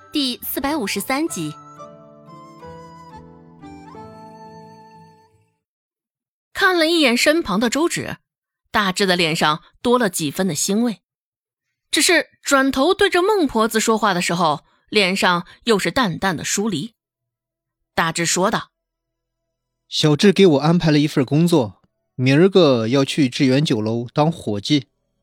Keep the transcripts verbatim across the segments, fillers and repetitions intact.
第四百五十三集。看了一眼身旁的周芷，大致的脸上多了几分的欣慰，只是转头对着孟婆子说话的时候，脸上又是淡淡的疏离。大致说道： 小智给我安排了一份工作，明儿个要去致远酒楼当伙计。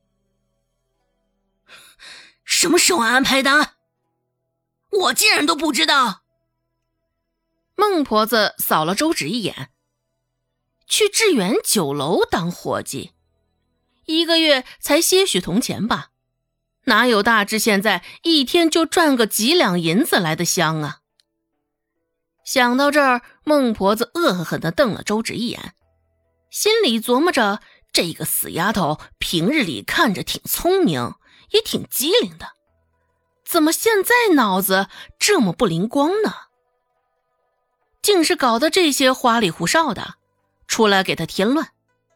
什么时候安排的？我竟然都不知道。 孟婆子扫了周芷一眼，去致远酒楼当伙计，一个月才些许铜钱吧，哪有大致现在一天就赚个几两银子来的香啊。想到这儿，孟婆子恶狠狠地瞪了周芷一眼，心里琢磨着，这个死丫头平日里看着挺聪明，也挺机灵的，怎么现在脑子这么不灵光呢？竟是搞得这些花里胡哨的出来给他添乱。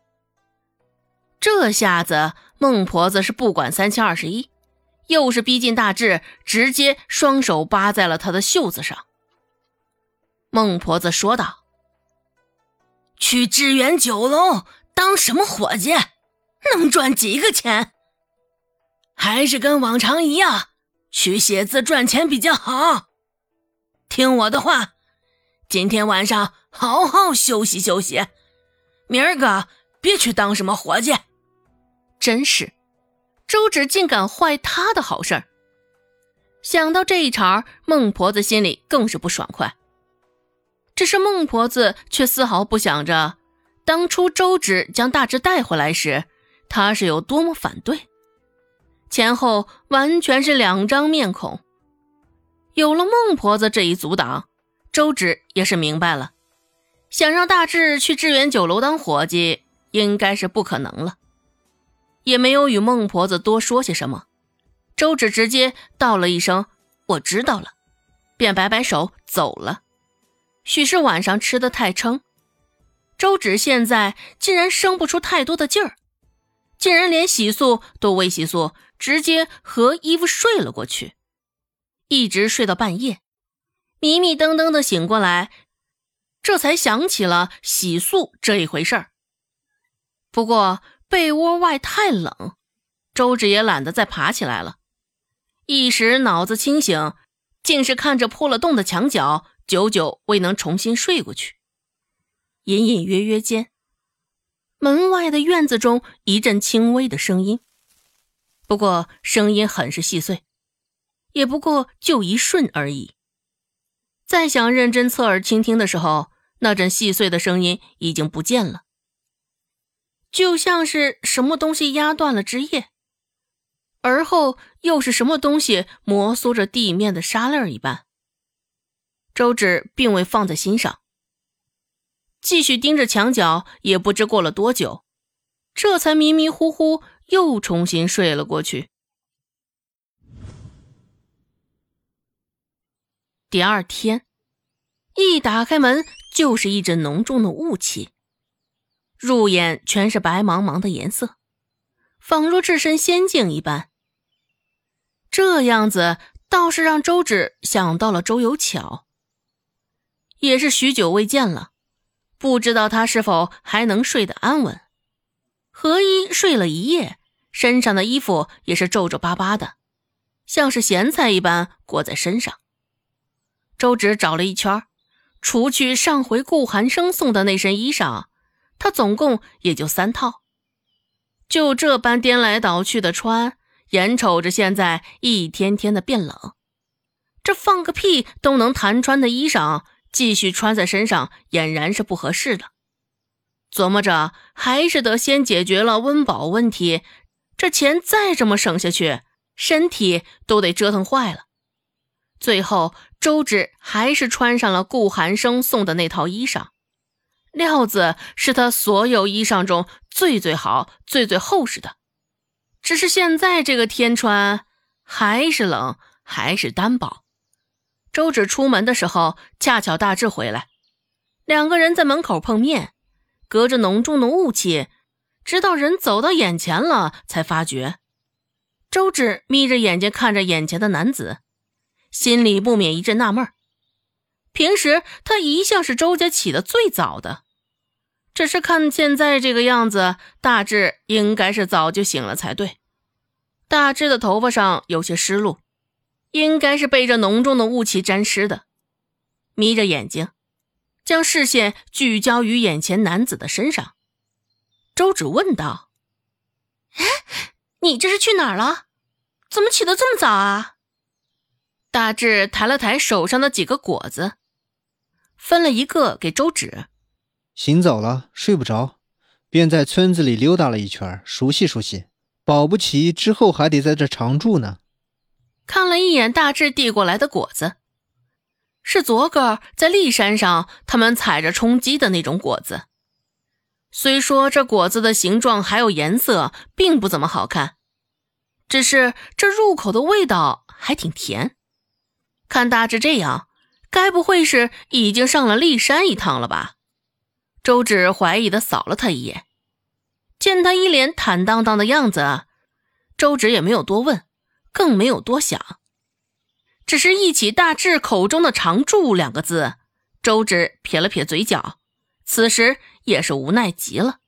这下子孟婆子是不管三七二十一，又是逼近大志，直接双手扒在了他的袖子上。孟婆子说道： 去致远酒楼当什么伙计，能赚几个钱？还是跟往常一样，去写字赚钱比较好。听我的话，今天晚上好好休息休息，明儿个别去当什么伙计。 真是，周芷竟敢坏他的好事儿。想到这一茬，孟婆子心里更是不爽快。只是孟婆子却丝毫不想着，当初周芷将大志带回来时，她是有多么反对。前后完全是两张面孔。有了孟婆子这一阻挡，周芷也是明白了，想让大志去致远酒楼当伙计应该是不可能了。也没有与孟婆子多说些什么，周芷直接道了一声我知道了，便摆摆手走了。许是晚上吃得太撑，周芷现在竟然生不出太多的劲儿，竟然连洗漱都未洗漱，直接和衣服睡了过去，一直睡到半夜，迷迷瞪瞪的醒过来，这才想起了洗漱这一回事儿。不过被窝外太冷，周芷也懒得再爬起来了，一时脑子清醒，竟是看着破了洞的墙角，久久未能重新睡过去。隐隐约约间，门外的院子中一阵轻微的声音，不过声音很是细碎，也不过就一瞬而已。再想认真侧耳倾听的时候，那阵细碎的声音已经不见了，就像是什么东西压断了枝叶，而后又是什么东西摩挲着地面的沙粒一般。周芷并未放在心上，继续盯着墙角，也不知过了多久，这才迷迷糊糊又重新睡了过去。第二天，一打开门就是一阵浓重的雾气，入眼全是白茫茫的颜色，仿若置身仙境一般。这样子倒是让周芷想到了周有巧，也是许久未见了，不知道他是否还能睡得安稳。何一睡了一夜，身上的衣服也是皱皱巴巴的，像是咸菜一般裹在身上。周芷找了一圈，除去上回顾寒生送的那身衣裳，他总共也就三套，就这般颠来倒去的穿，眼瞅着现在一天天的变冷，这放个屁都能弹穿的衣裳继续穿在身上俨然是不合适的。琢磨着还是得先解决了温饱问题，这钱再这么省下去，身体都得折腾坏了。最后周芷还是穿上了顾寒生送的那套衣裳，料子是他所有衣裳中最最好最最厚实的，只是现在这个天穿还是冷，还是单薄。周芷出门的时候恰巧大志回来，两个人在门口碰面，隔着浓重的雾气，直到人走到眼前了才发觉。周芷眯着眼睛看着眼前的男子， 心里不免一阵纳闷儿。平时他一向是周家起得最早的，只是看现在这个样子，大致应该是早就醒了才对。大致的头发上有些湿漉，应该是被这浓重的雾气沾湿的。眯着眼睛，将视线聚焦于眼前男子的身上。周芷问道：哎，你这是去哪儿了？怎么起得这么早啊？大致抬了抬手上的几个果子，分了一个给周芷。 醒早了，睡不着，便在村子里溜达了一圈，熟悉熟悉，保不齐之后还得在这常住呢。 看了一眼大致递过来的果子，是昨个在骊山上他们采着充饥的那种果子。虽说这果子的形状还有颜色并不怎么好看，只是这入口的味道还挺甜。看大致这样，该不会是已经上了骊山一趟了吧？周芷怀疑地扫了他一眼，见他一脸坦荡荡的样子，周芷也没有多问，更没有多想，只是一起大致口中的常住两个字，周芷撇了撇嘴角，此时也是无奈极了。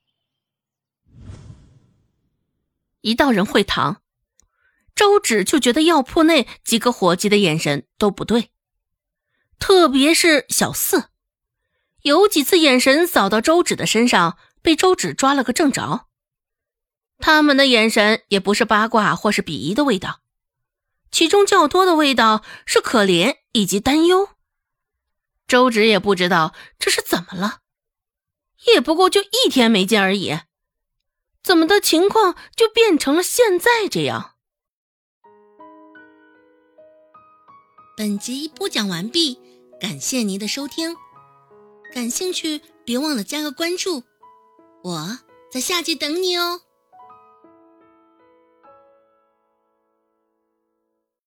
一到人会堂，周芷就觉得药铺内几个伙计的眼神都不对，特别是小四，有几次眼神扫到周芷的身上，被周芷抓了个正着。他们的眼神也不是八卦或是鄙夷的味道，其中较多的味道是可怜以及担忧。周芷也不知道这是怎么了，也不过就一天没见而已，怎么的情况就变成了现在这样？ 本集播讲完毕，感谢您的收听。感兴趣别忘了加个关注，我在下集等你哦。